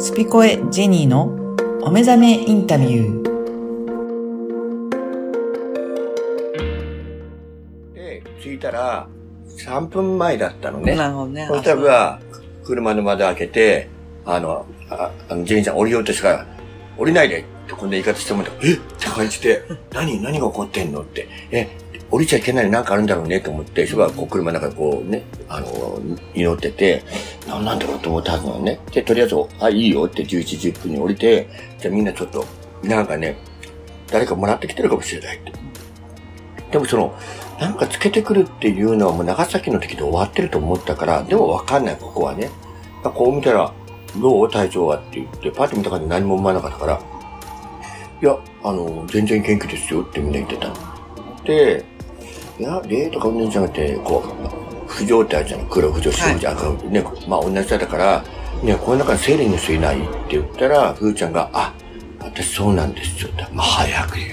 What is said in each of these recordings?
スピコエジェニーのお目覚めインタビュー。 で、着いたら3分前だったのね。 なるほどね。 そしたら車の窓開けて、ジェニーちゃん降りようとしたから、降りないでってこんな言い方してもらった。って感じで、何が起こってんのって。降りちゃいけないのなんかあるんだろうねと思って、しばらくこう車の中でこうね、祈ってて、なんだろうと思ったはずなのね。で、とりあえず、いいよって11時10分に降りて、じゃあみんなちょっと、なんかね、誰かもらってきてるかもしれないって。でもなんかつけてくるっていうのはもう長崎の時で終わってると思ったから、でもわかんない、ここはね。こう見たら、どう体調はって言って、パッと見た感じ何も思わなかったから、いや、全然元気ですよってみんな言ってたの。で、いや、霊とかうんじゃなくて、こう、不浄ってあるじゃん。黒不浄、白不浄、赤不浄。ね、まあ同じだから、ね、この中に生理の人いないって言ったら、ふーちゃんが、私そうなんですよ。まあ早く言って。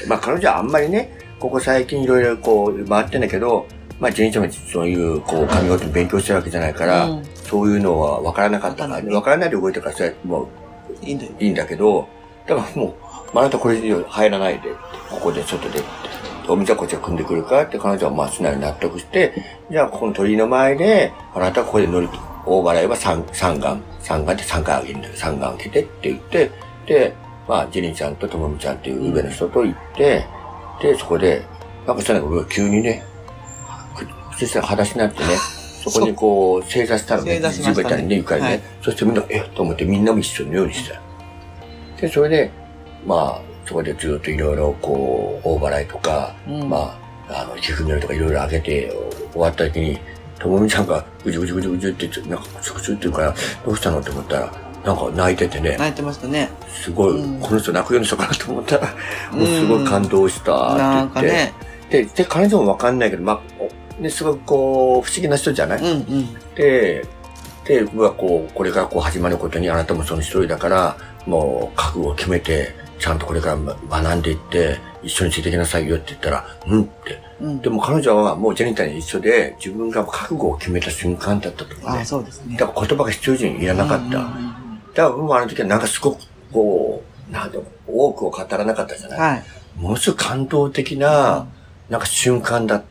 まあ彼女はあんまりね、ここ最近いろいろこう回ってんだけど、まあジェニーちゃんもそういうこう髪型に勉強してるわけじゃないから、そういうのは分からなかったから、分からないで動いたからそれもういいんだけど、だからもう、あなたこれ以上入らないで、ここで外でって。お水はこっちが組んでくるかって彼女はまあ素直に納得して、じゃあここの鳥居の前で、あなたはここで大払いは三眼で3回あげるんだよ。3眼開けてって言って、で、まあジェニーちゃんとともみちゃんっていう上の人と行って、で、そこで、なんかしたら俺は急にね、そしたら裸足になってね、そこにこう正座したのね、地べたにね、床にね、はい、そしてみんな、と思ってみんなも一緒のようにした。で、それで、まあ、そこでずっといろいろこう、大払いとか、まあ、寄付料とかいろいろあげて終わった時に、ともみちゃんがぐじゅぐじゅぐじゅぐじゅって、なんかぐちゅぐちゅって言うから、どうしたのって思ったら、なんか泣いててね。 泣いてましたね。 すごい、この人泣くような人かなと思ったら、もうすごい感動したって言って。なんかね。で、彼女もわかんないけど、まあ、ね、すごくこう、不思議な人じゃない？で、僕はこう、これからこう始まることにあなたもその一人だから、もう覚悟を決めて、ちゃんとこれから学んでいって、一緒についてきなさいよって言ったら、って。でも彼女はもうジェニーちゃんに一緒で、自分が覚悟を決めた瞬間だったと思うね。 そうですね。 だから言葉が必要以上にいらなかった。だから僕もあの時はなんかすごくこう、なんだろう、多くを語らなかったじゃない？はい。ものすごく感動的な、なんか瞬間だった。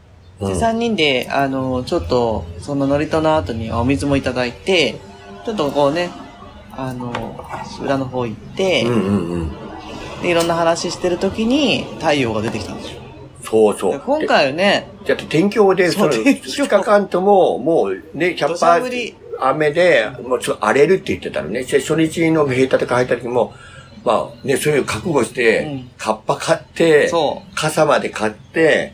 3人で、ちょっと、その祝詞の後にお水もいただいて、ちょっとこうね、裏の方行って、で、いろんな話してる時に太陽が出てきたんですよ。 そう。 今回はね、 だって天気で、2日間とも、もうね、100%雨で、もうちょっと荒れるって言ってたのね。初日の平たとか入った時も、まあね、そういう覚悟して、カッパ買って、傘まで買って、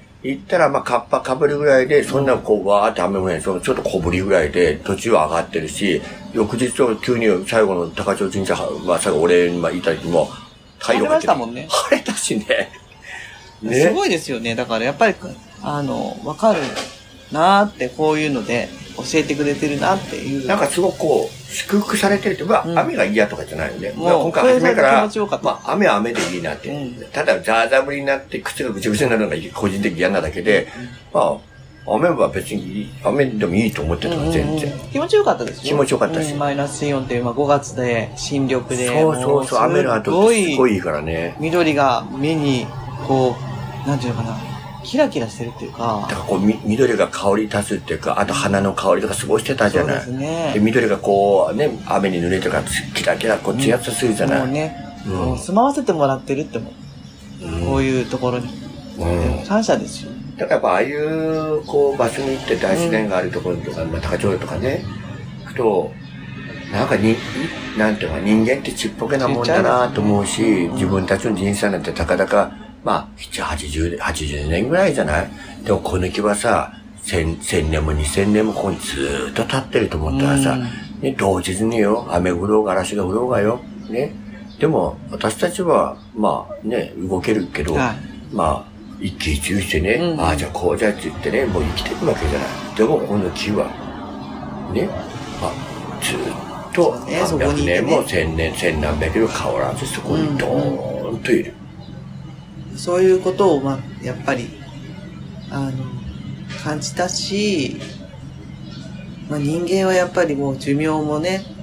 行ったら、まあ、カッパ被るぐらいで、そんなこう、わーって雨もないちょっと小降りぐらいで、途中は上がってるし、翌日急に最後の高千穂神社は、最後俺にいた時も、 太陽が出て晴れましたもんね。 晴れたしね。 すごいですよね。だからやっぱり、わかるなーって、こういうので教えてくれてるなっていう。 なんかすごくこう、祝福されてるって、雨が嫌とかじゃないよね。今回初めから、まあ、雨は雨でいいなって。ただ、ザーザー降りになって、靴がぐちゃぐちゃになるのが個人的に嫌なだけで、まあ、雨は別に、雨でもいいと思ってたの、全然。 気持ちよかったですよ。 気持ちよかったし。 マイナス4っていう、5月で、新緑で。 そう、雨の後ってすごいいいからね。 緑が目に、こう、なんていうのかな。キラキラしてるっていうか。 だからこう、緑が香り立つっていうか、あと花の香りとかすごいしてたじゃない。そうですね。で、緑がこう、ね、雨に濡れてからキラキラ、こう、ツヤツヤするじゃない。 もうね、もう住まわせてもらってるって思う。こういうところに。感謝ですよ。 だからやっぱああいう、こう、場所に行って大自然があるところとか、高千穂とかね、行くと、なんかなんていうか、人間ってちっぽけなもんだなと思うし、自分たちの人生なんてたかだか、まあ、80年ぐらいじゃない？でも、この木はさ、1000年も2000年もここにずーっと立ってると思ったらさ、ね、同日によ、雨降ろうが嵐が降ろうがよ、ね。でも、私たちは、まあね、動けるけど、まあ、一喜一憂してね、じゃあこうじゃって言ってね、もう生きていくわけじゃない。でも、この木は、ね、まあ、ずーっと、何百年も1000年、千何百年変わらずそこにドーンといる。 そういうことを、やっぱり、感じたし、人間はやっぱりもう寿命もね、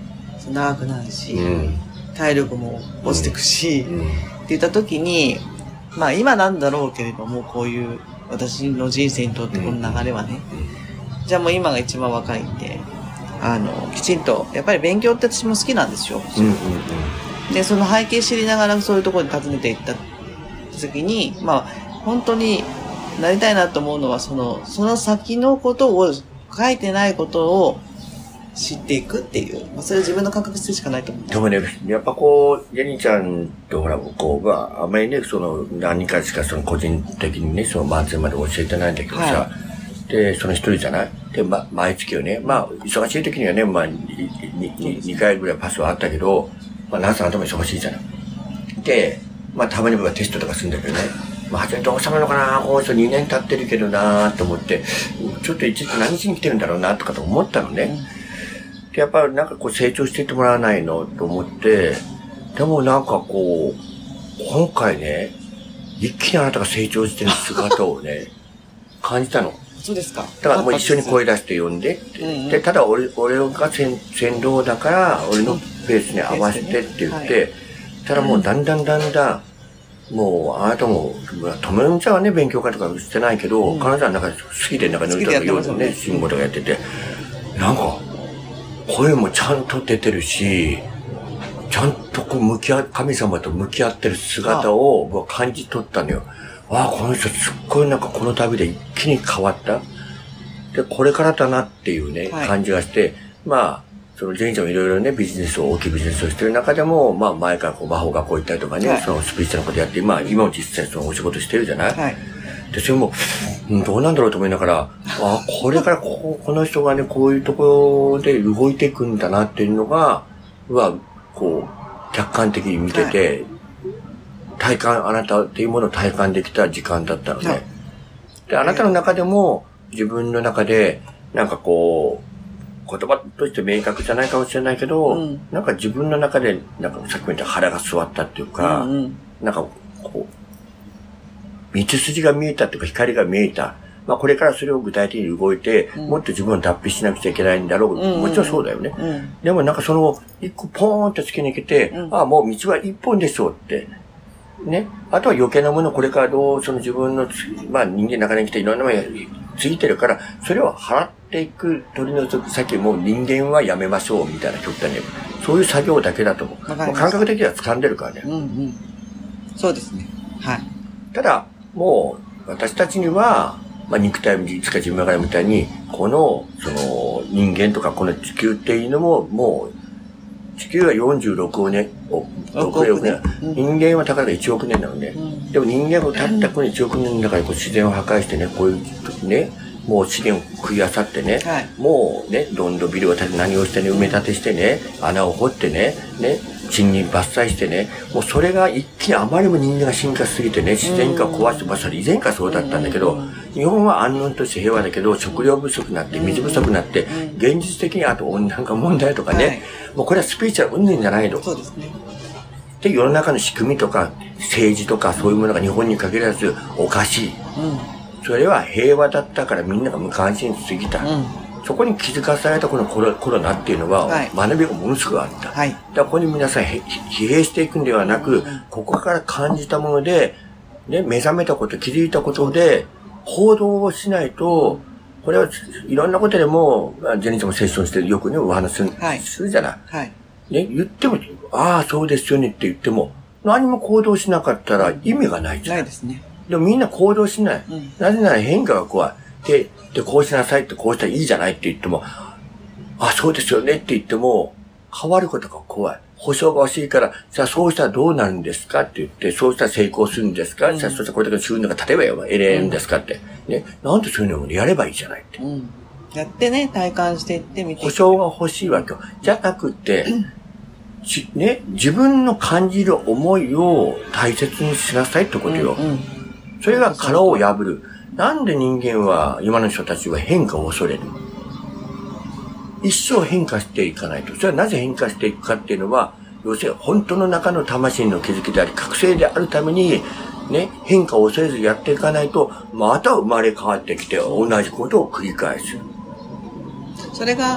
長くなるし、体力も落ちてくし、って言った時に、まあ今なんだろうけれども、こういう私の人生にとってこの流れはね、じゃあもう今が一番若いんで、きちんと、やっぱり勉強って私も好きなんですよ。で、その背景知りながらそういうところに訪ねていった時に、まあ、本当になりたいなと思うのは、その先のことを、書いてないことを知っていくっていう、まあ、それは自分の感覚するしかないと思う。 でもね、やっぱこう、ジェニーちゃんとほら、こう、あんまりね、何人かしか個人的にね、マンツーマンで教えてないんだけどさ、で、一人じゃない？で、毎月をね、まあ、忙しい時にはね、まあ、2回ぐらいパスはあったけど、まあ、ナースの後も忙しいじゃない。で、まあ、たまに僕はテストとかするんだけどね。まあ、初めどうしたのかな、この人2年経ってるけどなと思って、ちょっと一日何しに来てるんだろうな、とかと思ったのね。で、やっぱりなんかこう成長していってもらわないのと思って、でもなんかこう、今回ね、一気にあなたが成長してる姿をね、感じたの。 そうですか。 だからもう一緒に声出して呼んでって。で、ただ俺が先導だから、俺のペースに合わせてって言って、ただもうだんだん、もう、あなたも、ともみちゃんはね、勉強会とかしてないけど、彼女はなんか好きで、なんか乗りとかようね、信号とかやってて、なんか、声もちゃんと出てるし、ちゃんとこう神様と向き合ってる姿を僕は感じ取ったのよ。ああ、この人すっごいなんかこの旅で一気に変わった。で、これからだなっていうね、感じがして、まあ、ジェニーちゃんもいろいろね、大きいビジネスをしてる中でも、まあ前からこう魔法学校行ったりとかね、スピーチのことやって、まあ今も実際お仕事してるじゃない？で、それも、どうなんだろうと思いながら、これからこの人がね、こういうところで動いていくんだなっていうのが、こう、客観的に見てて、あなたっていうものを体感できた時間だったのね。で、あなたの中でも、自分の中で、なんかこう、言葉として明確じゃないかもしれないけど、なんか自分の中で、なんかさっきも言った腹が据わったっていうか、なんかこう、道筋が見えたっていうか光が見えた。まあこれからそれを具体的に動いて、もっと自分を脱皮しなくちゃいけないんだろう。もちろんそうだよね。でもなんか一個ポーンと突き抜けて、もう道は一本でしょうって。ね。あとは余計なものをこれから自分の、まあ人間の中に来ていろんなものがついてるから、それを払っていく、取り除く、さっきもう人間はやめましょうみたいな極端に。そういう作業だけだと思う。感覚的には掴んでるからね。 そうですね。はい。 ただ、もう、私たちには、まあ肉体もいつか自分がみたいに、この、人間とかこの地球っていうのも、もう、地球は46億年、6億年。人間はたかが1億年なのね。でも人間はたったこの1億年の中でこう自然を破壊してね、こういうね、もう資源を食い漁ってね、もうね、どんどんビルを建て、何をしてね、埋め立てしてね、穴を掘ってね、森林伐採してね、もうそれが一気にあまりにも人間が進化しすぎてね、自然界を壊して、まあそれ以前からそうだったんだけど、日本は安穏として平和だけど、食料不足になって、水不足になって、現実的にあと温暖化問題とかね、もうこれはスピーチはうんぬんじゃないの。 そうですね。 で、世の中の仕組みとか、政治とかそういうものが日本に限らずおかしい。それは平和だったからみんなが無関心すぎた。そこに気づかされたこのコロナっていうのは、学びがものすごくあった。だからここに皆さん疲弊していくんではなく、ここから感じたもので、ね、目覚めたこと、気づいたことで、行動をしないと、これはいろんなことでも、ジェニーちゃんもセッションしてよくね、お話するじゃない。ね、言っても、ああ、そうですよねって言っても、何も行動しなかったら意味がないじゃん。 ないですね。 でもみんな行動しない。なぜなら変化が怖い。で、こうしなさいってこうしたらいいじゃないって言っても、あ、そうですよねって言っても、変わることが怖い。保証が欲しいから、じゃあそうしたらどうなるんですかって言って、そうしたら成功するんですか、じゃあそうしたらこれだけ収入が例えば得れるんですかって。ね。なんでそういうのをやればいいじゃないって。 やってね、体感していってみて。 保証が欲しいわけよ。じゃなくて、ね、自分の感じる思いを大切にしなさいってことよ。それが殻を破る。なんで人間は、今の人たちは変化を恐れる？一生変化していかないと。それはなぜ変化していくかっていうのは、要するに本当の中の魂の気づきであり、覚醒であるために、ね、変化を恐れずやっていかないと、また生まれ変わってきて、同じことを繰り返す。 それが、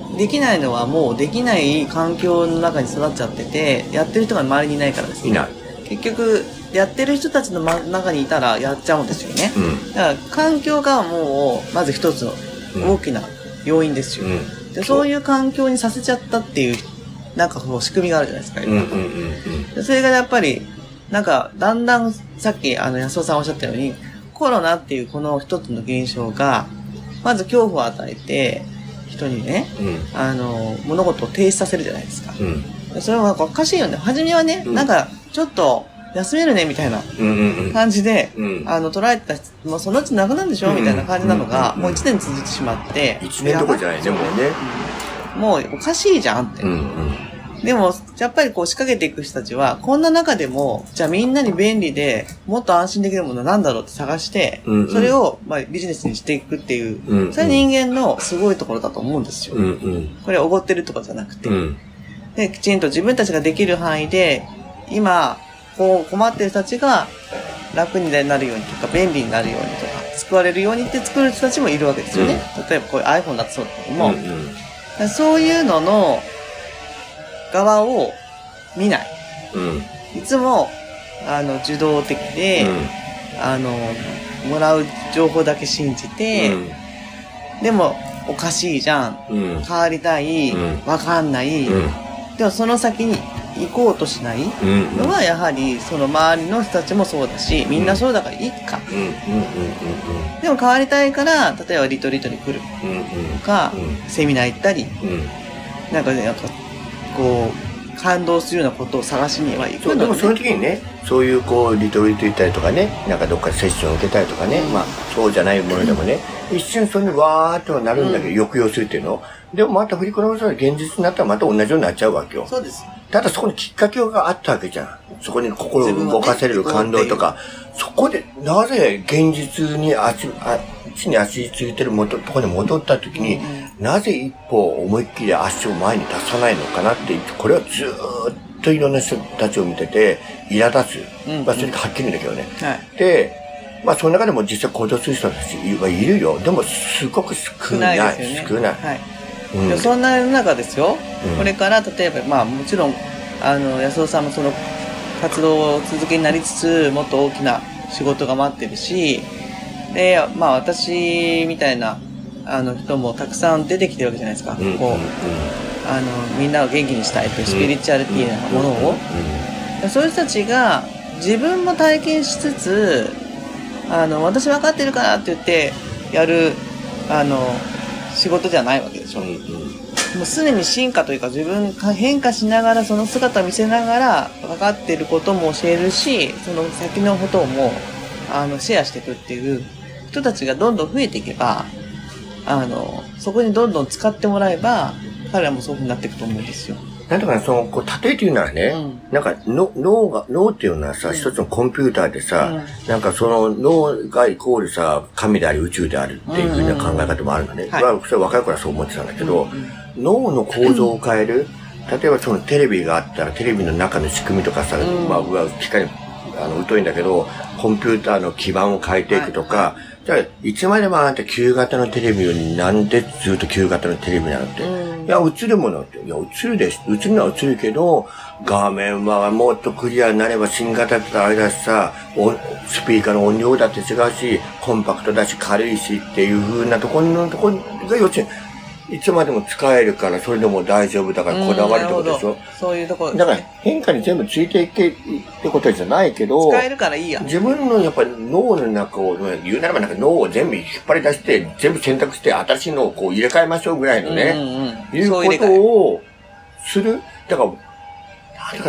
できないのはもうできない環境の中に育っちゃってて、やってる人が周りにいないからですね。 いない。 結局、やってる人たちの中にいたらやっちゃうんですよね。だから環境がもう、まず一つの大きな要因ですよ。でそういう環境にさせちゃったっていう、なんかこう仕組みがあるじゃないですか。でそれがやっぱり、なんか、だんだん、さっき、安尾さんおっしゃったように、コロナっていうこの一つの現象が、まず恐怖を与えて、人にね、物事を停止させるじゃないですか。それはおかしいよね。初めはね、なんか、ちょっと、休めるね、みたいな感じで、捉えてた人、もうそのうちなくなるんでしょみたいな感じなのが、もう1年続いてしまって。 1年どころじゃないね、もうね。 もうおかしいじゃんって。でも、やっぱりこう仕掛けていく人たちは、こんな中でも、じゃあみんなに便利で、もっと安心できるものは何だろうって探して、それをまあビジネスにしていくっていう、それ人間のすごいところだと思うんですよ。これおごってるとかじゃなくて。で、きちんと自分たちができる範囲で、今、こう困ってる人たちが楽になるようにとか、便利になるようにとか、救われるようにって作る人たちもいるわけですよね。例えばこういう iPhone だとそうだけども、そういうのの側を見ない。いつも、受動的で、もらう情報だけ信じて、でも、おかしいじゃん。変わりたい。わかんない。でもその先に行こうとしないのはやはりその周りの人たちもそうだし、みんなそうだからいいか。でも変わりたいから、例えばリトリートに来るとか、セミナー行ったり、なんかこう感動するようなことを探しには行くので、 でもその時にね、そういうこうリトリート行ったりとかね、なんかどっかでセッションを受けたりとかね、まあそうじゃないものでもね、一瞬それにわーっとなるんだけど、抑揚するっていうの。でもまた振り子の現実になったらまた同じようになっちゃうわけよ。 そうです。 ただそこにきっかけがあったわけじゃん。そこに心を動かせる感動とか、そこでなぜ現実に地に足ついてるところに戻った時に、なぜ一歩思いっきり足を前に出さないのかなって、これはずーっといろんな人たちを見てて、苛立つ。まあそれがはっきりだけどね。で、まあその中でも実際行動する人たちはいるよ。でもすごく少ない。少ない。 そんな中ですよ。これから例えば、まあもちろん、安尾さんもその活動を続けになりつつ、もっと大きな仕事が待ってるし、で、まあ私みたいな、人もたくさん出てきてるわけじゃないですか。こう、みんなを元気にしたいというスピリチュアリティなものを。そういう人たちが自分も体験しつつ、私分かってるからって言ってやる、仕事じゃないわけでしょ。もう常に進化というか自分が変化しながらその姿を見せながら分かっていることも教えるし、その先のことをもシェアしていくっていう人たちがどんどん増えていけば、そこにどんどん使ってもらえば彼らもそういう風になっていくと思うんですよ。 なんだかこう、例えて言うならね、なんか、脳っていうのはさ、一つのコンピューターでさ、なんかその脳がイコールさ、神であり宇宙であるっていうふうな考え方もあるのね。それ若い頃はそう思ってたんだけど、脳の構造を変える、例えばそのテレビがあったら、テレビの中の仕組みとかさ、まあ、機械疎いんだけど、コンピューターの基盤を変えていくとか、じゃあ、いつまでもあなた旧型のテレビよりなんでずっと旧型のテレビなのって。いや、映るものって。いや、映るです。映るのは映るけど、画面はもっとクリアになれば新型ってあれだしさ、スピーカーの音量だって違うし、コンパクトだし軽いしっていう風なところが要するに、いつまでも使えるから、それでも大丈夫だからこだわりってことでしょ。 そういうところ、 だから変化に全部ついていけってことじゃないけど、 使えるからいいや。 自分のやっぱり脳の中を、言うならばなんか脳を全部引っ張り出して、全部選択して新しい脳をこう入れ替えましょうぐらいのね、いうことをする。だから、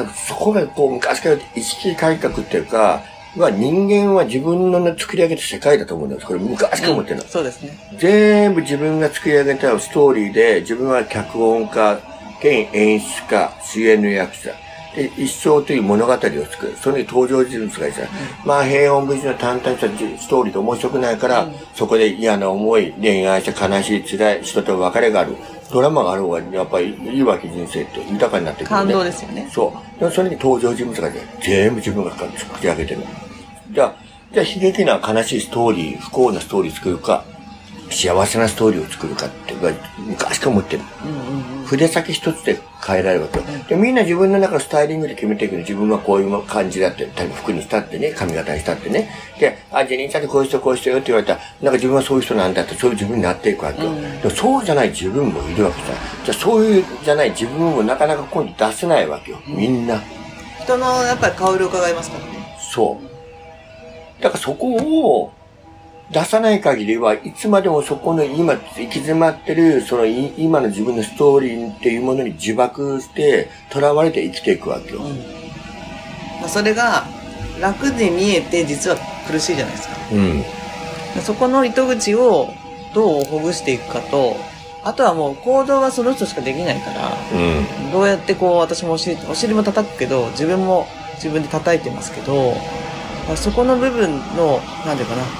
そこがこう昔から意識改革っていうか、人間は自分の作り上げた世界だと思うんです。これ昔から思ってるの。 そうですね。 全部自分が作り上げたストーリーで、自分は脚本家、兼演出家、主演の役者。で、一生という物語を作る。それに登場人物がいた。まあ、平穏無事の淡々したストーリーで面白くないから、そこで嫌な思い、恋愛して悲しい、辛い、人と別れがある。ドラマがある方がやっぱりいいわけ、人生って豊かになってくる、ね。 感動ですよね。 そう。でもそれに登場人物が全部自分が作り上げてる。じゃあ悲劇な悲しいストーリー、不幸なストーリー作るか、 幸せなストーリーを作るかって昔から思ってる。筆先一つで変えられるわけよ。で、みんな自分の中のスタイリングで決めていくの。自分はこういう感じだって、服にしたってね、髪型にしたってね。で、ジェニーちゃんってこういう人よって言われたら、なんか自分はそういう人なんだって、そういう自分になっていくわけよ。でもそうじゃない自分もいるわけさ。じゃあそういうじゃない自分もなかなか今度出せないわけよ。みんな。 人のやっぱり顔色を伺いますからね。 そう。だからそこを、出さない限りはいつまでもそこの今行き詰まってるその今の自分のストーリーっていうものに呪縛して囚われて生きていくわけよ。 それが楽で見えて実は苦しいじゃないですか。そこの糸口をどうほぐしていくかと、あとはもう行動はその人しかできないから、どうやってこう私もお尻も叩くけど自分も自分で叩いてますけど、そこの部分のなんていうかな。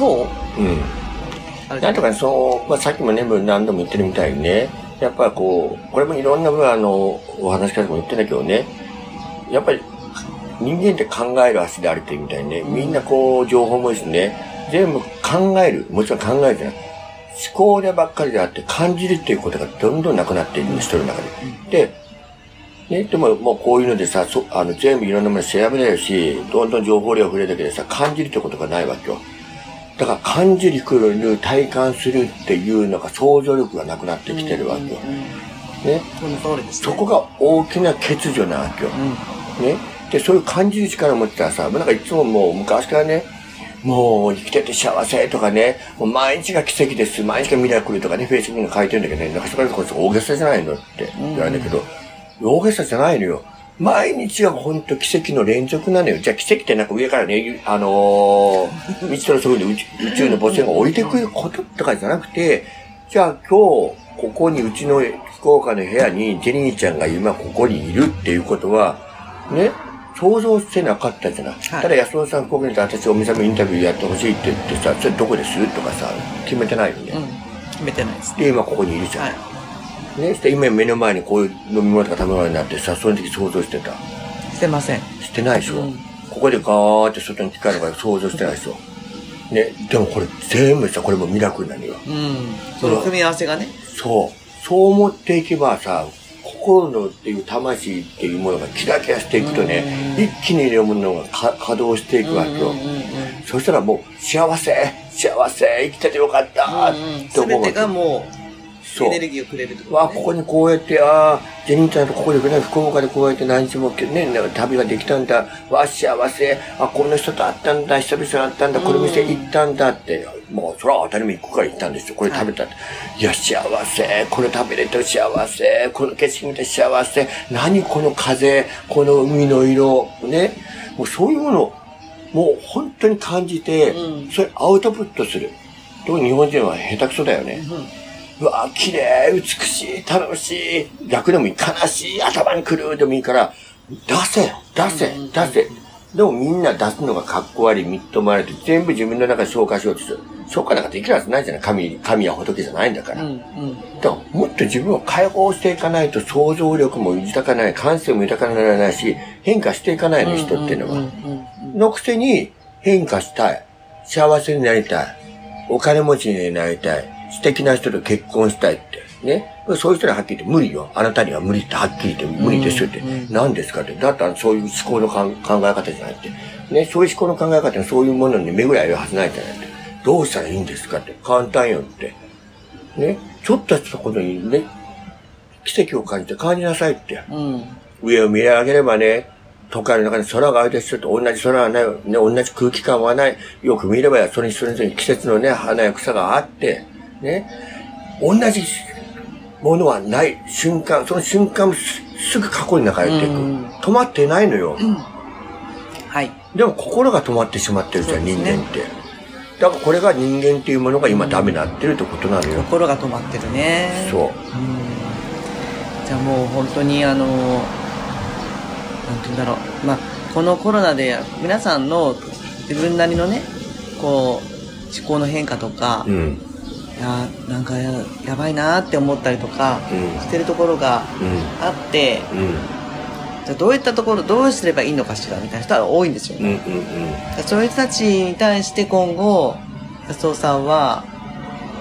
なんとかね、さっきもね、何度も言ってるみたいにね、やっぱこれもいろんなお話し方も言ってんだけどね、やっぱり人間って考える足であるっていうみたいにね、みんな情報もですね、全部考える、もちろん考えてない。思考でばっかりであって感じるっていうことがどんどんなくなっているんです、人の中で。で、でももうこういうのでさ、全部いろんなもの調べられるし、どんどん情報量増えるだけでさ、感じるってことがないわけよ。だから感じる、体感するっていうのが想像力がなくなってきてるわけよ。ね。そこが大きな欠如なわけよ。ね。で、そういう感じる力を持ってたらさ、なんかいつももう昔からね、もう生きてて幸せとかね、もう毎日が奇跡です、毎日がミラクルとかね、フェイスブックに書いてるんだけどね、なんかそこでこいつ大げさじゃないのって言われるんだけど、大げさじゃないのよ。毎日がほんと奇跡の連続なのよ。じゃあ奇跡ってなんか上からね、未知のそういう宇宙の母船が降りてくることとかじゃなくて、じゃあ今日、ここにうちの福岡の部屋にジェニーちゃんが今ここにいるっていうことは、ね、想像してなかったじゃない。ただ安尾さん福岡にいて私お店のインタビューやってほしいって言ってさ、それどこですとかさ、決めてないよね。 決めてないです。 で、今ここにいるじゃん。ね、して今目の前にこういう飲み物とか食べ物になってさ、その時想像してた。 してません。 してないでしょ。ここでガーって外に機械のから想像してないでしょ。ね、でもこれ全部さ、これもミラクルなのよ。 その組み合わせがね。 そう思っていけばさ、心のっていう魂っていうものがキラキラしていくとね、一気にいろんなものが稼働していくわけよ。そしたらもう幸せ、生きててよかったって思う。 全てがもう、エネルギーをくれるってことね。 ここにこうやって、ジェニーちゃんとここでね、福岡でこうやって何日もね、旅ができたんだ。幸せ。この人と会ったんだ。久々に会ったんだ。この店行ったんだって。もう、それは当たり前行くから行ったんですよ。これ食べたって。いや、幸せ。これ食べれて幸せ。この景色見て幸せ。何この風。この海の色。ね。もうそういうものを、もう本当に感じて、それアウトプットする。と日本人は下手くそだよね。うわ、綺麗、美しい、楽しい、逆でもいい、悲しい、頭にくるでもいいから、出せ。でもみんな出すのがかっこ悪い、みっともわれて、全部自分の中で消化しようとする。消化なんかできるはずないじゃない。神や仏じゃないんだから。だからもっと自分を解放していかないと想像力も豊かない、感性も豊かにならないし、変化していかないの、人っていうのは。のくせに、変化したい。幸せになりたい。お金持ちになりたい。素敵な人と結婚したいって。ね。そういう人にはっきり言って無理よ。あなたには無理ってはっきり言って無理ですよって。何ですかって。だったらそういう思考の考え方じゃないって。ね。そういう思考の考え方はそういうものに巡り合えるはずないじゃないって。どうしたらいいんですかって。簡単よって。ね。ちょっとしたことにね、奇跡を感じなさいって。上を見上げればね、都会の中に空があるでしょと同じ空はない、ね、同じ空気感はない。よく見ればそれぞれ季節のね、花や草があって、ね。同じものはない瞬間、その瞬間もすぐ過去に流れていく。止まってないのよ。 はい。 でも心が止まってしまってるじゃん、人間って。だからこれが人間っていうものが今ダメになってるってことなのよ。 心が止まってるね。 そう。 じゃあもう本当になんて言うんだろう。このコロナで皆さんの自分なりのね、思考の変化とか、なんか やばいなーって思ったりとかしてるところがあって、じゃあどういったところどうすればいいのかしらみたいな人は多いんですよね。そういう人たちに対して今後安尾さんは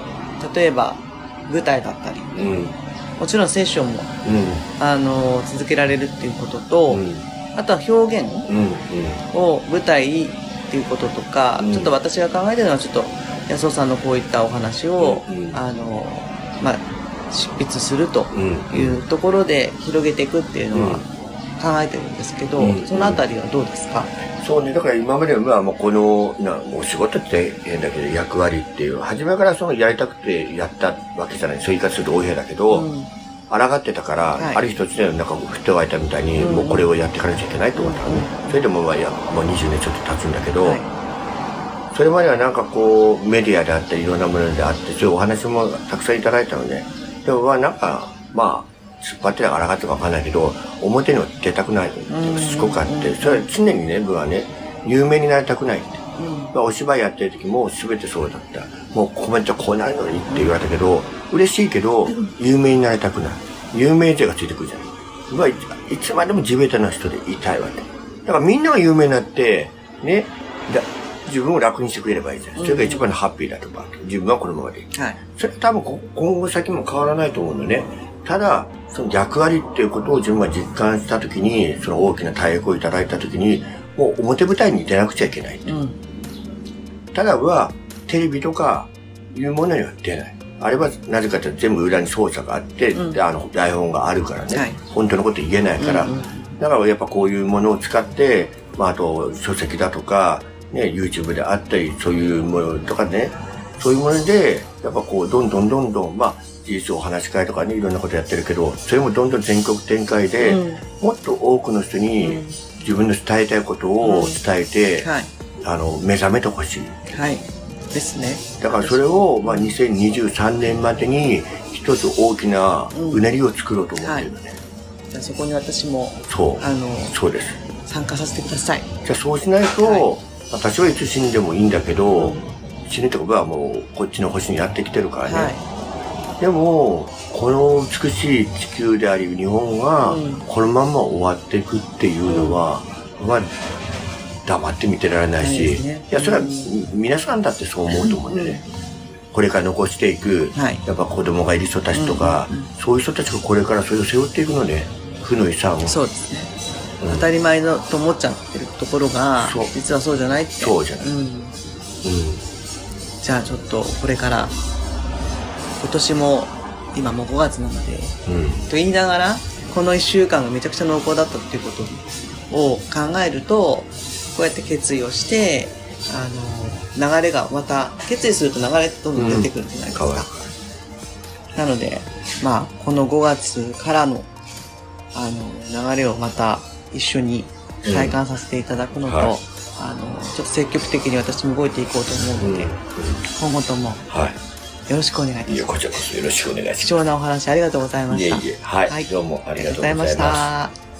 例えば舞台だったり、もちろんセッションも、続けられるっていうことと、あとは表現を舞台っていうこととか、ちょっと私が考えてるのはちょっと安尾さんのこういったお話を、執筆するというところで広げていくっていうのは考えてるんですけど、そのあたりはどうですか？ そうね、だから今まではもうこの、もう仕事って変だけど役割っていう、初めからそのやりたくてやったわけじゃない。そういう言い方すると大変だけど、抗ってたから、ある日突然なんか降って湧いたみたいに、もうこれをやっていかなきゃいけないと思ったのね。それでももう20年ちょっと経つんだけど、それまではなんかこう、メディアであったりいろんなものであって、そういうお話もたくさんいただいたのね。でもなんか、突っ張ってたから抗ってかわかんないけど、表には出たくないってすごくあって、それは常にね、僕はね、有名になりたくないって。お芝居やってる時も全てそうだった。もうここまでじゃこうなるのにって言われたけど、嬉しいけど、有名になりたくない。有名税がついてくるじゃない。僕はいつまでも地べたな人でいたいわけ。だからみんなが有名になって、ね、自分を楽にしてくれればいいじゃん。それが一番のハッピーだとか、自分はこのままでいい。それは多分今後先も変わらないと思うのね。ただ、その役割っていうことを自分が実感したときに、その大きな大役をいただいたときに、もう表舞台に出なくちゃいけない。ただは、テレビとかいうものには出ない。あれはなぜかというと全部裏に操作があって、台本があるからね、本当のこと言えないから。だからやっぱこういうものを使って、あと書籍だとか、ね、YouTube であったり、そういうものとかね、そういうもので、やっぱこう、どんどん、事実お話し会とかね、いろんなことやってるけど、それもどんどん全国展開で、もっと多くの人に自分の伝えたいことを伝えて、目覚めてほしい。 ですね。 だからそれを、2023年までに一つ大きなうねりを作ろうと思ってるのね。 じゃあそこに私も、 そうです。 参加させてください。 じゃあそうしないと、私はいつ死んでもいいんだけど、死ぬってことはもうこっちの星にやってきてるからね。でも、この美しい地球であり日本がこのまま終わっていくっていうのは、黙って見てられないし、いや、それは皆さんだってそう思うと思うんでね。これから残していく、やっぱ子供がいる人たちとか、そういう人たちがこれからそれを背負っていくので、負の遺産を。 そうですね。当たり前だと思っちゃってるところが、実はそうじゃないって。 そうじゃない。 じゃあちょっとこれから今年も今もう5月なので、と言いながらこの1週間がめちゃくちゃ濃厚だったっていうことを考えると、こうやって決意をして流れがまた決意すると流れどんどん出てくるんじゃないですか。なのでこの5月からの流れをまた一緒に体感させていただくのと、ちょっと積極的に私も動いていこうと思うので、今後ともよろしくお願いいたします。 こちらこそよろしくお願いします。 貴重なお話ありがとうございました。 いえいえ、どうもありがとうございました。